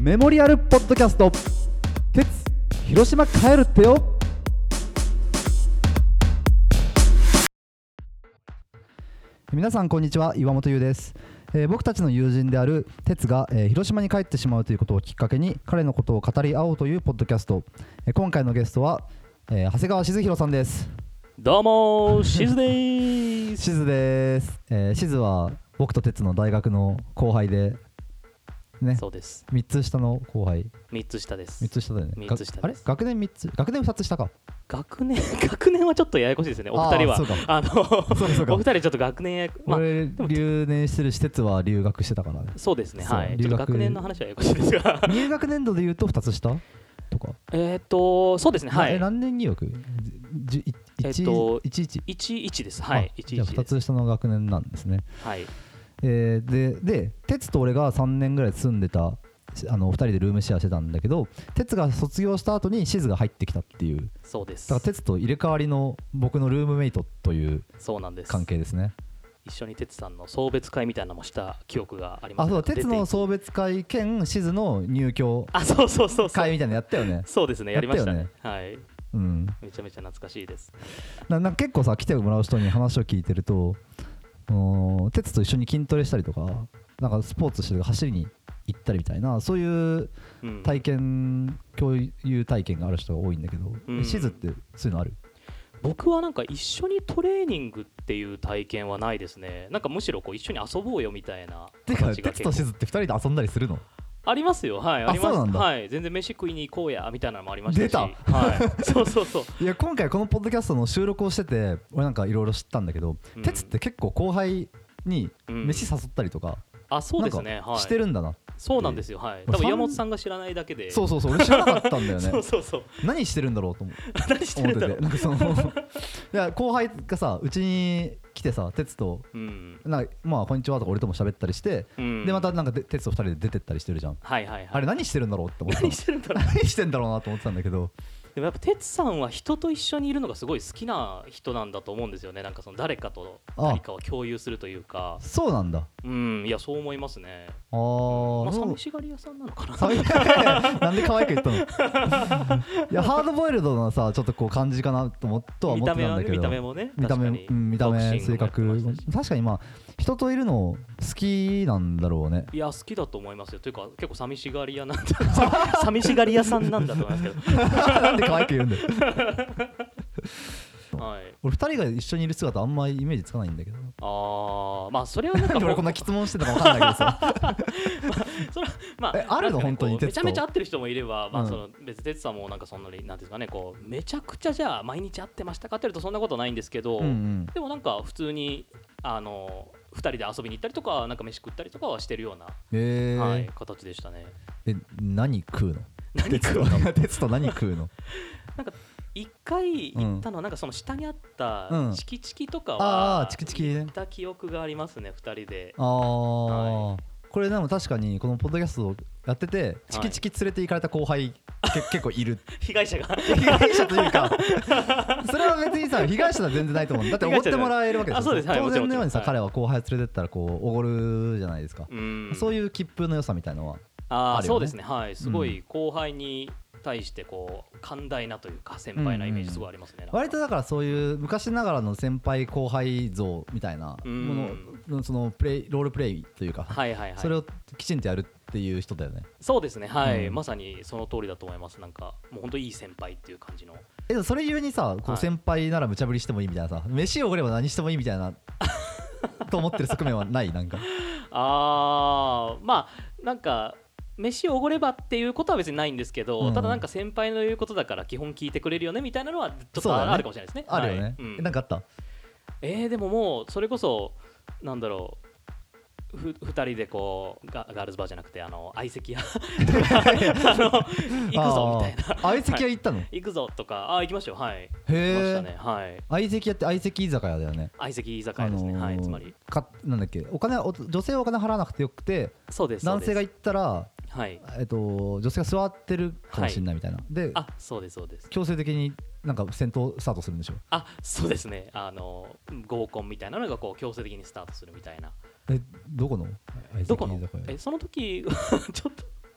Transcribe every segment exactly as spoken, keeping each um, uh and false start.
メモリアルポッドキャスト、鉄広島帰るってよ。皆さんこんにちは、岩本優です。えー、僕たちの友人である鉄が、えー、広島に帰ってしまうということをきっかけに彼のことを語り合おうというポッドキャスト。えー、今回のゲストは、えー、長谷川静弘さんです。 どうもしずでーす。 しずです。えー、しずは僕と鉄の大学の後輩でね、 そうです。 みっつ下の後輩。 みっつ下です。 みっつ下だよね。 みっつ下です。 あれ学年みっつ、学年ふたつ下か。 学年学年はちょっとややこしいですね。お二人は あ, あのお二人ちょっと学年や、 まあ、俺留年してる施設は留学してたからね。 そうですね。はい。ちょっと学年の話はややこしいですが入学年度でいうとふたつ下とか。 えっとそうですね。はい。 え何年入学？ えっといちいちいちいちです。はい。いちいちじゃあふたつ下の学年なんですね。 はい。 えー、でで鉄と俺がさんねんぐらい住んでた。あのふたりでルームシェアしてたんだけど、鉄が卒業した後にシズが入ってきたっていう。 そうです。 だから鉄と入れ替わりの僕のルームメイトという関係ですね。 一緒に鉄さんの送別会みたいなのもした記憶があります、ね。 あ、そう、鉄の送別会兼シズの入居あ、そうそうそう会みたいなのやったよね。 そうですね、やりましたね。はい。うん。めちゃめちゃ懐かしいです。 ななんか結構さ、来てもらう人に話を聞いてると、鉄と一緒に筋トレしたりとか、なんかスポーツして走りに行ったりみたいな、そういう体験、うん、共有体験がある人が多いんだけど、うん、シズってそういうのある？ 僕はなんか一緒にトレーニングっていう体験はないですね。なんかむしろこう一緒に遊ぼうよみたいな形が結構。てか鉄とシズってふたりで遊んだりするの？ ありますよ。はい、あります。 そうなんだ。 はい、全然飯食いに行こうやみたいなのもありましたし。 出た。 はい、そうそうそう。 いや今回このポッドキャストの収録をしてて、俺なんかいろいろ知ったんだけど、うん、鉄って結構後輩に飯誘ったりとか、うん、 あ、そうですね。はい。 してるんだな。 そうなんですよ。はい。多分岩本さんが知らないだけで。 そうそうそう。俺知らなかったんだよね。 そうそうそう。 何してるんだろうと思って。 何してるんだろう。 なんかそのいや後輩がさ、うちに来てさ、鉄と、うん、なんかまあこんにちはとか俺とも喋ったりして、うん、でまたなんか鉄とふたりで出てったりしてるじゃん。 はいはいはい。 あれ何してるんだろうって思ってた。 何してるんだろう。 何してんだろうなと思ってたんだけど。 でもやっぱ哲さんは人と一緒にいるのがすごい好きな人なんだと思うんですよね。なんかその誰かと何かを共有するというか。 そうなんだ。 うん、いやそう思いますね。ああ、 まあ寂しがり屋さんなのかな。 なんで可愛く言ったの？いやハードボイルドなさ、ちょっとこう感じかなと思とは思ってたんだけど。 見た目もね。 見た目、うん、見た目、性格、確かにまあ人といるの好きなんだろうね。 いや好きだと思いますよ。というか結構寂しがり屋なんだ。寂しがり屋さんなんだと思いますけど。 なんで可愛く言うんだよ。 はい、 俺ふたりが一緒にいる姿あんまりイメージつかないんだけど。 ああ、まあそれはなんか俺こんな質問してたか分かんないけどさ。まあそれはまあ、 えあるの、ね、本当にめちゃめちゃ会ってる人もいれば、まあその別に哲さんもなんかそんなになんですかね、こうめちゃくちゃじゃあ毎日会ってましたかって言うとそんなことないんですけど、うんうん、でもなんか普通にあのふたりで遊びに行ったりとか、なんか飯食ったりとかはしてるような、 えーはい、形でしたね。 え、何食うの？ 何食うの？ 鉄と何食うの？ なんか一回行ったのは、なんかその下にあったチキチキとかは行った記憶がありますね、ふたりで。 ああ、はい、これでも確かにこのポッドキャストをやっててチキチキ連れて行かれた後輩、はい、結構いる。 被害者が被害者というかそれは別にさ、被害者は全然ないと思う。だっておごってもらえるわけでしょ。 そうです、はい、 当然のようにさ、 はい、 彼は後輩連れてったらこうおごるじゃないですか。そういう切符の良さみたいなのはあるよね。 あ、そうですね、はい、すごい後輩に対してこう寛大なというか先輩なイメージすごいありますね。 うんうん、割とだからそういう昔ながらの先輩後輩像みたいなもの、そのプレイロールプレイというか、はいはいはい、それをきちんとやるっていう人だよね。 そうですね、はい、うん、まさにその通りだと思います。なんかもう本当いい先輩っていう感じの。 え、でもそれゆえにさ、こう先輩なら無茶ぶりしてもいいみたいなさ、はい、飯をおごれば何してもいいみたいなと思ってる側面はない？なんかあー、まあなんか飯をおごればっていうことは別にないんですけど、うん、ただなんか先輩の言うことだから基本聞いてくれるよねみたいなのはちょっとあるかもしれないですね。 あるよね、はい、うん、なんかあった？ えー、でももうそれこそなんだろう、ふふたりでこう ガ, ガールズバーじゃなくてあの相席屋あの行くぞみたいな。 相席屋行ったの？ はい、行くぞとか、あ、行きましたよ。はい。 へえ、 ね、はい、 相席屋って相席居酒屋だよね。 相席居酒屋ですね、あのー、はい、つまりかなんだっけ、お金女性はお金払わなくてよくて、 そうです、 男性が行ったら、 はい、 えっと、女性が座ってるかもしれないみたいな、はい、で、 あ、そうですそうです、 強制的になんか戦闘スタートするんでしょ。 あ、そうですね、あの合コンみたいなのがこう強制的にスタートするみたいな。 え、どこの？ どこの？え、その時ちょっと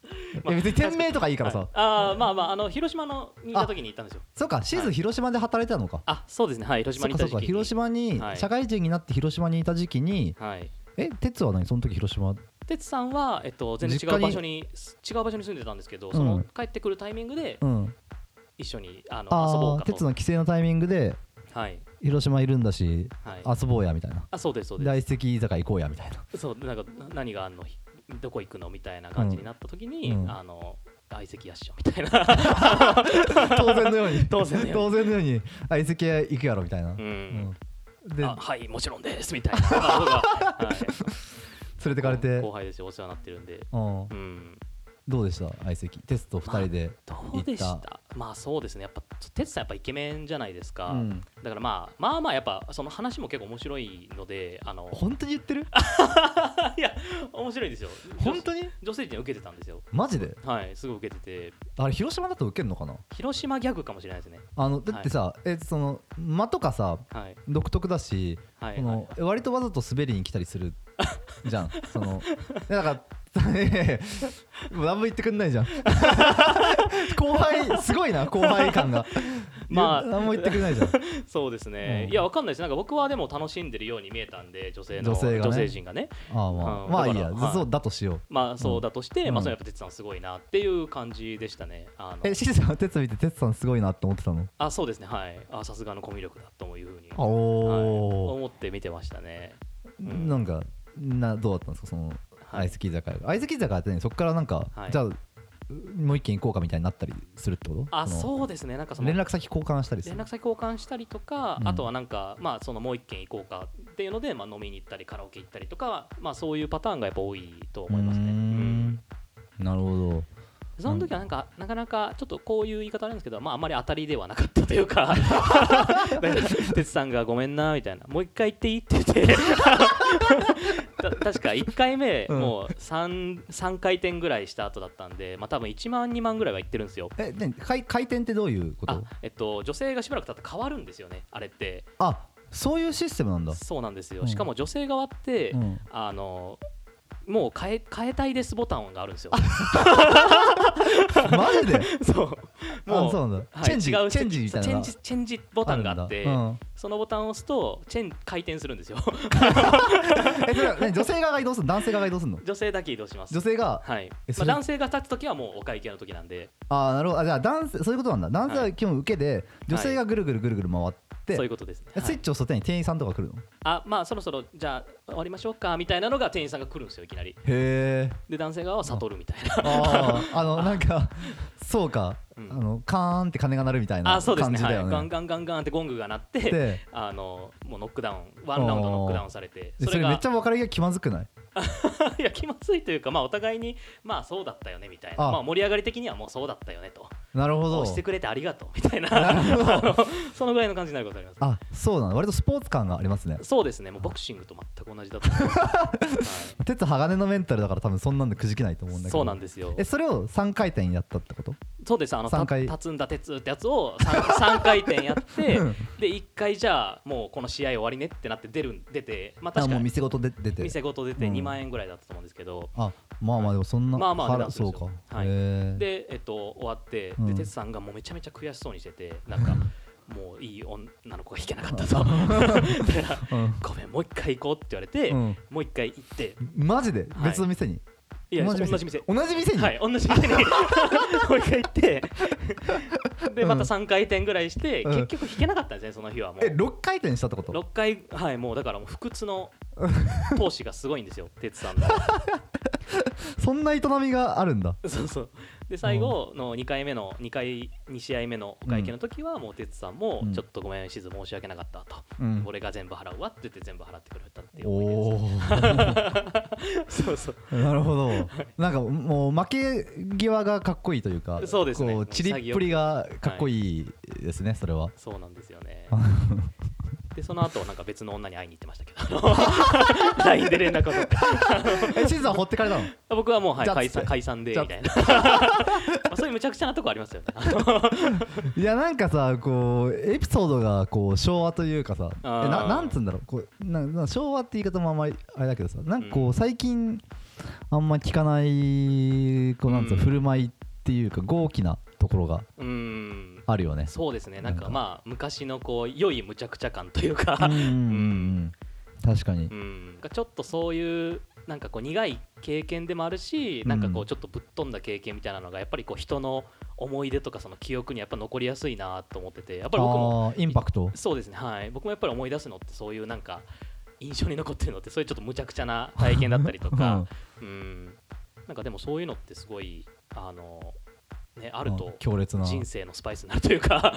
まあ、別に店名とかいいからさ、はい、 あまあまああの広島のにいた時に行ったんですよ。 そうか、シーズン広島で働いてたのか、はい、 あそうですね、はい、広島にいた時期に、そうかそうか、広島に、はい、社会人になって広島にいた時期に、はい、え哲は何その時広島、 哲さんは、えっと、全然違う場所に違う場所に住んでたんですけど、その、うん、帰ってくるタイミングで、うん、一緒にあのあ遊ぼうかと。 哲の帰省のタイミングで、はい、広島いるんだし、はい、遊ぼうやみたいな。 あそうですそうです。 大石居酒屋行こうやみたいな。 そうなんか何があんのどこ行くのみたいな感じになった時に、うん、あの相席やっしょみたいな当然のように当然のように当然のように相席屋行くやろみたいな、うんうん、であはいもちろんですみたいなはい連れてかれて後輩ですよ、お世話になってるんで、うん、うん、 どうでした相席テストふたりで行った、 まあ、どうでした。まあそうですね、やっぱテツさんやっぱイケメンじゃないですか、うん、だからまあまあまあやっぱその話も結構面白いので、あの本当に言ってるいや面白いんですよ、 本当に女性陣受けてたんですよ。 マジで？ はい、すごい受けてて、 あれ広島だと受けるのかな。 広島ギャグかもしれないですね。あのだってさ、はい、えその間とかさ、はい、独特だし、はい、この、はいはい、割とわざと滑りに来たりするじゃんそのだから何も言ってくんないじゃん後輩すごいな、後輩感がまあ何も言ってくれないじゃんそうですね、うん、いやわかんないです。なんか僕はでも楽しんでるように見えたんで、女性の女性が、ね、 女性陣がね、 ああまあ、うん、まあいいや、はい、そうだとしよう。 まあそうだとして、うん、まあそれやっぱ哲さんすごいなっていう感じでしたね。あのえしずさんは哲見て哲さんすごいなって思ってたの？ あそうですね、はい、あさすがのコミュ力だというふうに、 お、はい、 思って見てましたね、 うん、なんかなどうだったんですかその相席居酒屋。相席居酒屋ってね、そこからなんか、はい、じゃあもう一軒行こうかみたいになったりするってこと？ あそうですね、なんかその連絡先交換したりする。 連絡先交換したりとか、うん、あとはなんかまあそのもう一軒行こうかっていうので、まあ、飲みに行ったりカラオケ行ったりとか、まあそういうパターンがやっぱ多いと思いますね。うん、 なるほど。 その時はなんかなかなかちょっとこういう言い方なんですけど、まああんまり当たりではなかったというか哲さんがごめんなみたいな、もう一回言っていいって言って確かいっかいめ、うん、もう 3, 3回転ぐらいした後だったんで、まあ多分いちまんにまんぐらいは行ってるんですよ。 えで回, 回転ってどういうこと？ あ、えっと、女性がしばらく経って変わるんですよね、あれって。 あそういうシステムなんだ。 そうなんですよ、うん、しかも女性側って、うん、あのもう変え、変えたいですボタンがあるんですよマジで？ そうもうそうなんだ、 はい、 チェンジ違うチェンジみたいなチェンジチェンジボタンがあって、うん、そのボタンを押すとチェン回転するんですよえそれは、ね、女性側が移動するの？男性側が移動するの？ 女性だけ移動します。 女性が、 はい、まあ、男性が立つときはもうお会計の時なんで。 ああなるほど。あじゃあ男性そういうことなんだ。男性は基本受けで、はい、女性がぐるぐるぐるぐる回って、 そういうことですね。 スイッチを押すとに店員さんとか来るの？ あまあそろそろじゃあ終わりましょうかみたいなのが店員さんが来るんですよ、いきなり。 へえ。 で男性側は悟るみたいな。 あああのなんかそうか、うん、あのカーンって鐘が鳴るみたいな感じだよね。あそうですね、はい、ガンガンガンガンってゴングが鳴ってあのもうノックダウンワンラウンドノックダウンされて、それがそれめっちゃ分かりが気まずくない？ いや気まずいというか、まあお互いにまあそうだったよねみたいな、まあ盛り上がり的にはもうそうだったよねと。 なるほど。 してくれてありがとうみたいなそのぐらいの感じになることあります、ね。 あそうなの。割とスポーツ感がありますね。 そうですね、もうボクシングと全く同じだと思います、はい、 鉄鋼のメンタルだから多分そんなんでくじけないと思うんだけど。 そうなんですよ。 えそれをさんかい転やったってこと？ そうです。あの立つんだ鉄ってやつを 3, さんかい転やってでいっかいじゃあもうこの試合終わりねってなって出る出て、まあ確かにもう店ごと出て店ごと出てにまんえんぐらいだったと思うんですけど、 うん、あまあまあでもそんな、 まあまあそうか、 はい、でえっと終わってで哲さんがもうめちゃめちゃ悔しそうにしてて、なんかもういい女の子が弾けなかったとだから、うん、ごめんもう一回行こうって言われて、うん、もう一回行って。 マジで別の店に？ いや同じ店同じ店にはい同じ店にもう一回行ってでまたさんかい転ぐらいして、うん、結局弾けなかったんですね、その日はもう。 えろっかい転したってこと？ ろっかい、はい、もうだからもう不屈の闘志がすごいんですよ哲さんのそんな営みがあるんだ。 そうそう。で最後のにかいめの2回に試合目のお会計の時はもう哲さんもちょっとごめんしず申し訳なかったと、うん、俺が全部払うわって言って全部払ってくれたっていう思いですそうそうなるほどなんかもう負け際がかっこいいというか、 そうですね、こうチリっぷりがかっこいいですね、はい、それは。 そうなんですよねでその後なんか別の女に会いに行ってましたけどライン で連絡を取ってえシズは放ってかれたの？ 僕はもう、はい、解散解散でみたいなまあそういう無茶苦茶なとこありますよねいやなんかさこうエピソードがこう昭和というかさ、えななんつうんだろう、こうなな昭和って言い方もあんまりあれだけどさ、なんかこう最近あんまり聞かないこうなんつうの振る舞いっていうか豪気なところがあるよね。 そうですね。なんかまあ昔のこう良い無茶苦茶感というかうんうん、うん、確かに、 うん、ちょっとそういうなんかこう苦い経験でもあるし、なんかこうちょっとぶっ飛んだ経験みたいなのがやっぱりこう人の思い出とかその記憶にやっぱ残りやすいなと思ってて、やっぱり僕もインパクト、 そうですね、はい、僕もやっぱり思い出すのってそういうなんか印象に残ってるのってそういうちょっと無茶苦茶な体験だったりとか、うん、なんかでもそういうのってすごいあのね、あると人生のスパイスになるというか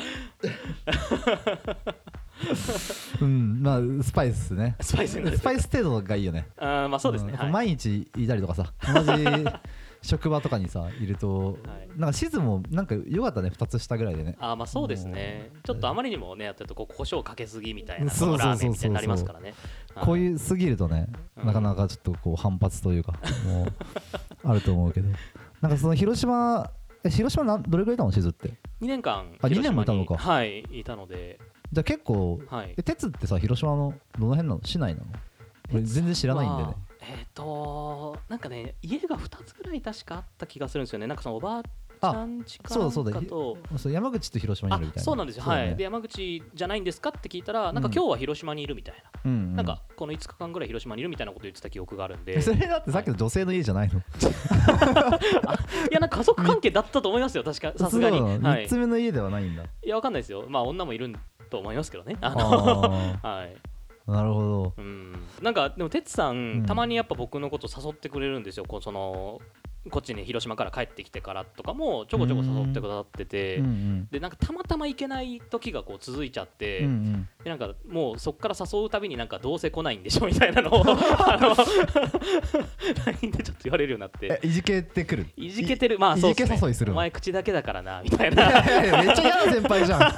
うん、まあスパイスね。 スパイスになる。 スパイス程度がいいよね。 あ、まあそうですね。 うん、はい、毎日いたりとかさ、同じ職場とかにさいると、はい、なんかシズもなんか良かったね、ふたつ下ぐらいでね。 あ、まあそうですね。ちょっとあまりにもねやってるとこう胡椒かけすぎみたいな、そのラーメンみたいになりますからね。 こういうすぎるとね、うん、なかなかちょっとこう反発というかもうあると思うけど、なんかその広島え広島などれぐらいいたのシズって？ にねんかん。 あ、にねんもいたのか。 はい、いたので。 じゃあ結構、はい、え鉄ってさ広島のどの辺なの？市内なの？俺全然知らないんでね。 えっとなんかね家がふたつぐらい確かあった気がするんですよね。なんかそのおばあちゃんちかなんかと、そうだそう山口と広島にいるみたいな。 そうなんですよ、ね、はい。で山口じゃないんですかって聞いたら、なんか今日は広島にいるみたいな、うんうん、なんかこのいつかかんぐらい広島にいるみたいなこと言ってた記憶があるんで。 それだってさっきの女性の家じゃないの？ いやなんか家族関係だったと思いますよ、確かさすがに。 みっつめの家ではないんだ。 いやわかんないですよ。まあ女もいると思いますけどね。あのはい。 なるほど。 うん、なんかでも哲さん、うん、たまにやっぱ僕のこと誘ってくれるんですよ。こうそのこっちに広島から帰ってきてからとかもちょこちょこ誘ってくださってて、うんうん、でなんかたまたま行けない時がこう続いちゃって、うんうん、でなんかもうそっから誘うたびになんかどうせ来ないんでしょみたいなのをあの ライン でちょっと言われるようになって、 いじけてくる。 いじけてる、まあそうですね。 いじけ誘いするの。 お前口だけだからなみたいな。いやいやめっちゃ嫌な先輩じゃん。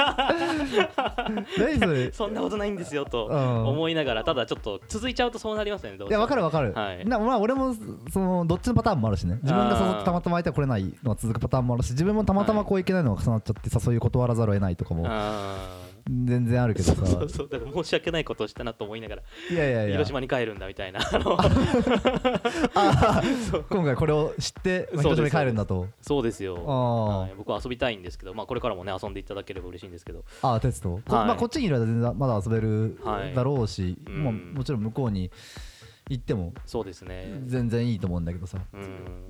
何それ。 そんなことないんですよと思いながら、ただちょっと続いちゃうとそうなりますね。どうしても。 いや分かる分かる、はい、なまあ俺もそのどっちのパターンもあるしね。自分が誘ってたまたま相手が来れないのが続くパターンもあるし、自分もたまたまこういけないのが重なっちゃって誘い断らざるを得ないとかも全然あるけどさ。 そうそう、だから申し訳ないことをしたなと思いながら、 いやいやいや広島に帰るんだみたいなあ今回これを知って広島に帰るんだと。 そうですよ、はい、僕は遊びたいんですけど、まあ、これからもね遊んでいただければ嬉しいんですけど。 ああ鉄と、はい、まあ、こっちにいる間全然まだ遊べるだろうし、はい、も, もちろん向こうに行ってもそうですね全然いいと思うんだけどさ、うん、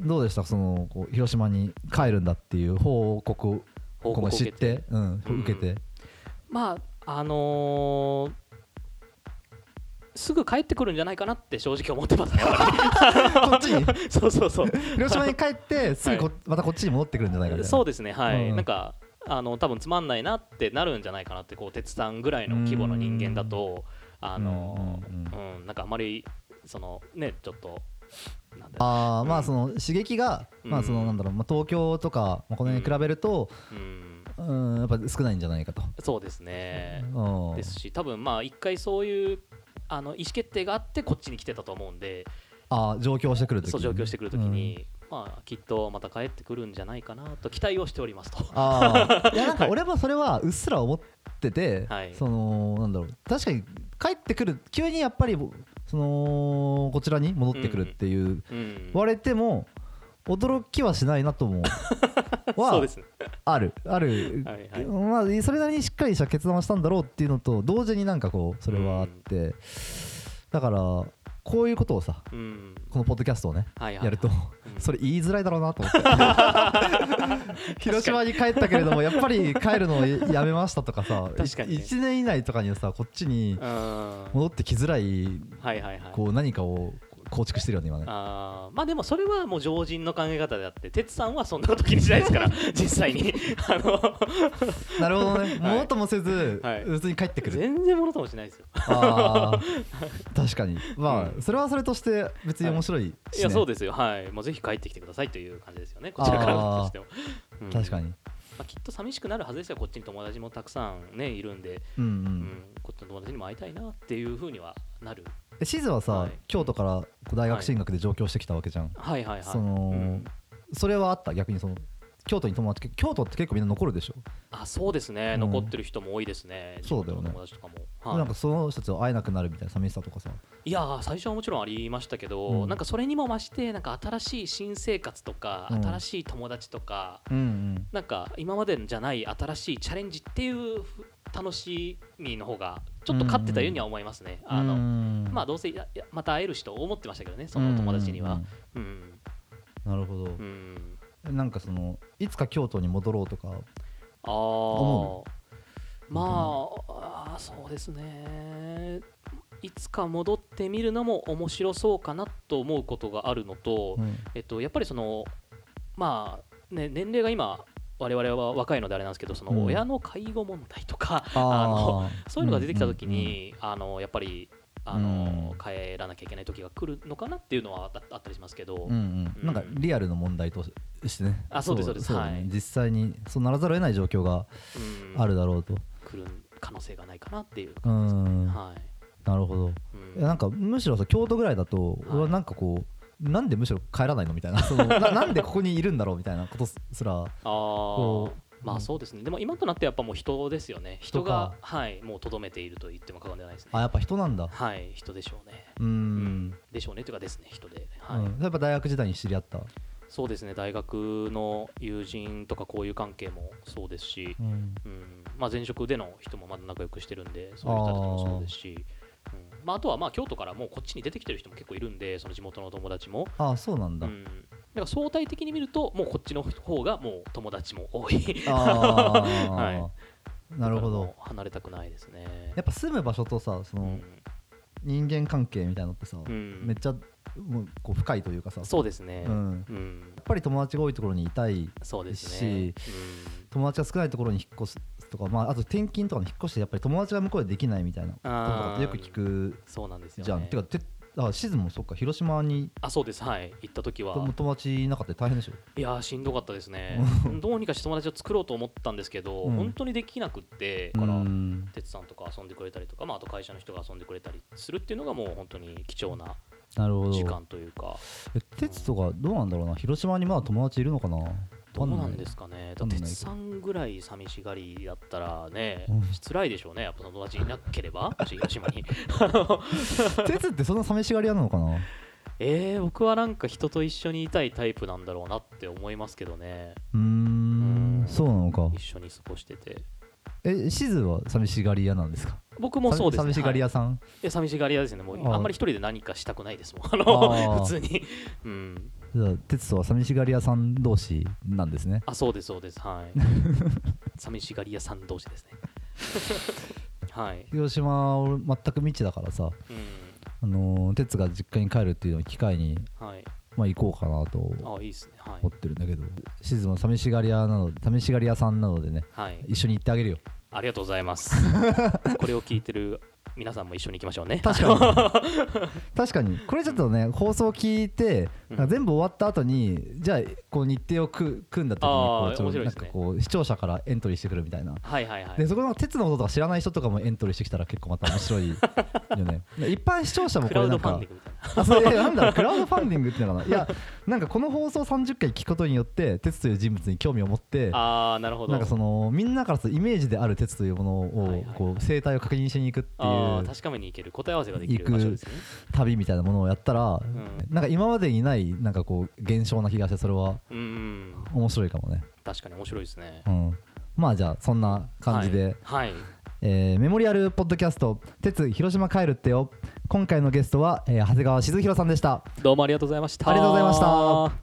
どうでしたそのこう広島に帰るんだっていう報告を知って、うん、受けて、 まああのー、すぐ帰ってくるんじゃないかなって正直思ってますね。 こっちにそうそうそう広島に帰ってすぐこ、はい、またこっちに戻ってくるんじゃないかな。 そうですね、はい、うん、なんかあの多分つまんないなってなるんじゃないかなって、こう鉄さんぐらいの規模の人間だとあのー、うん、うん、なんかあんまりそのねちょっとあー、まあその刺激が、まあそのなんだろう、まあ、東京とか、まあ、この辺に比べると、うん、うん、やっぱ少ないんじゃないかと。 そうですね、うん、ですし多分まあ一回そういうあの意思決定があってこっちに来てたと思うんで、 あ上京してくるときに、 そう上京してくるときに、うん、まあきっとまた帰ってくるんじゃないかなと期待をしておりますと。 あいやなんか俺もそれはうっすら思ってて、はい、そのなんだろう、確かに帰ってくる急にやっぱりそのこちらに戻ってくるっていう、うん、言われても驚きはしないなと思うはそうです、ね、あるあるはい、はい、まあそれなりにしっかりした決断をしたんだろうっていうのと同時になんかこうそれはあって、うん、だからこういうことをさ、うん、このポッドキャストをね、はいはいはい、やると、うん、それ言いづらいだろうなと思って広島に帰ったけれどもやっぱり帰るのをやめましたとかさ、確かに、ね、いちねん以内とかにはさこっちに戻ってきづらい、はいはいはい、こう何かを構築してるよね今ね。 あまあでもそれはもう常人の考え方であって、哲さんはそんなこと気にしないですから実際にあのなるほどね、ものともせず、はい、普通に帰ってくる。 全然ものともしないですよ。 あ確かにまあ、うん、それはそれとして別に面白いし、ね、 はい、いやそうですよ、はい、もうぜひ帰ってきてくださいという感じですよね、こちらからとしても、 うん、確かに、 まあ、きっと寂しくなるはずですよ。こっちに友達もたくさんねいるんで、うんうんうん、こっちの友達にも会いたいなっていう風にはなる。 シズはさ、はい、京都から大学進学で上京してきたわけじゃん、 はい、はいはいはい、 その、うん、それはあった？逆にその京都に友達、京都って結構みんな残るでしょ？ あ、そうですね、うん、残ってる人も多いですね。 そうだよね、 友達とかも、 はい、なんかその人たちと会えなくなるみたいな寂しさとかさいや最初はもちろんありましたけど、うん、なんかそれにも増してなんか新しい新生活とか、うん、新しい友達とか、うんうん、なんか今までじゃない新しいチャレンジっていう楽しみの方がちょっと勝ってたようには思いますね、うんうん、あのまあどうせやまた会える人思ってましたけどね、その友達には、うんうんうん、なるほど、うん、なんかそのいつか京都に戻ろうとかあ思う？まあそうですね、いつか戻ってみるのも面白そうかなと思うことがあるのと、うん、えっと、やっぱりそのまあ、ね、年齢が今我々は若いのであれなんですけど、その親の介護問題とか、うん、あのそういうのが出てきた時に、うんうんうん、あのやっぱりあの、うん、帰らなきゃいけない時が来るのかなっていうのは あ, あったりしますけど、うんうん、なんかリアルの問題としてね、 あそうですそうです、 そう、ね、はい、実際にそうならざるを得ない状況があるだろうと、うん、 来る可能性がないかなっていう感じですね、はい、 なるほど、うん、いやなんかむしろさ京都ぐらいだと、はい、俺はなんかこうなんでむしろ帰らないのみたいなその な, なんでここにいるんだろうみたいなことすらこうまあそうですね、でも今となってやっぱもう人ですよね、人がはいもうとどめていると言っても過言ではないですね。 あやっぱ人なんだ。 はい人でしょうね。うん、うん、でしょうねというかですね人で、はい、うん、 やっぱ大学時代に知り合った。 そうですね、大学の友人とか交友関係もそうですし、うんうん、まあ前職での人もまだ仲良くしてるんでそういう人たちもそうですし、うんまあ、あとはまあ京都からもうこっちに出てきてる人も結構いるんで、その地元の友達も。 ああそうなんだ、 うん、だから相対的に見るともうこっちの方がもう友達も多いあ、はい、なるほど。 離れたくないですね。 やっぱ住む場所とさその、うん、人間関係みたいなのってさ、うん、めっちゃもうこう深いというかさ。 そうですね、うんうん、 やっぱり友達が多いところにいたいし、 そうですね、うん、 友達が少ないところに引っ越すとか、まあ、あと転勤とかに引っ越してやっぱり友達が向こうでできないみたいなこととかってよく聞くそうなんですよ、ね、 じゃん。てかてあシズもそっか広島にあそうですはい行った時は友達いなかったら大変でしょ。 いやしんどかったですねどうにかして友達を作ろうと思ったんですけど、うん、本当にできなくってから哲さんとか遊んでくれたりとか、まあ、あと会社の人が遊んでくれたりするっていうのがもう本当に貴重な時間というか。 哲とかどうなんだろうな、広島にまだ友達いるのかな。 どうなんですかね。哲さんぐらい寂しがりだったらね、うん、辛いでしょうね。やっぱ友達いなければもし広島に哲ってそんな寂しがり屋なのかな。 えー、僕はなんか人と一緒にいたいタイプなんだろうなって思いますけどね。 うーん、うん、そうなのか。 一緒に過ごしてて。 えシズは寂しがり屋なんですか。 僕もそうですね。 寂しがり屋さん、はい、 いや寂しがり屋ですね。もうあんまり一人で何かしたくないですもんあの普通に、うん、 じゃあ哲とは寂しがり屋さん同士なんですね。 あそうですそうですはい寂しがり屋さん同士ですねはい。 広島俺全く未知だからさ、うん、あの哲が実家に帰るっていうのを機会に、はい、まあ行こうかなと思ってるんだけど、シズも寂しがり屋なの寂しがり屋さんなのでね、はい、一緒に行ってあげるよ。ありがとうございますこれを聞いてる皆さんも一緒に行きましょうね。 確かに確かにこれちょっとね放送聞いて、うん、全部終わった後にじゃあこう日程をく組んだ時にこうちょっとなんかこう視聴者からエントリーしてくるみたいな、はいはいはい、でそこの鉄のこととか知らない人とかもエントリーしてきたら結構また面白いよね一般視聴者もこれなんかあそれなんだろうクラウドファンディングっていうのかないやなんかこの放送さんじゅっかい聞くことによって鉄という人物に興味を持って、 あーなるほど、 なんかそのみんなからするイメージである鉄というものをこう生態を確認しに行くっていう、 あ確かめに行ける答え合わせができる場所ですね。 旅みたいなものをやったら、うん、なんか今までにないなんかこう現象な気がして、それは面白いかもね。 確かに面白いですね、 うん、まあじゃあそんな感じで、はいはい、えー、メモリアルポッドキャスト鉄広島帰るってよ。今回のゲストは、えー、長谷川静弘さんでした。 どうもありがとうございました。 ありがとうございました。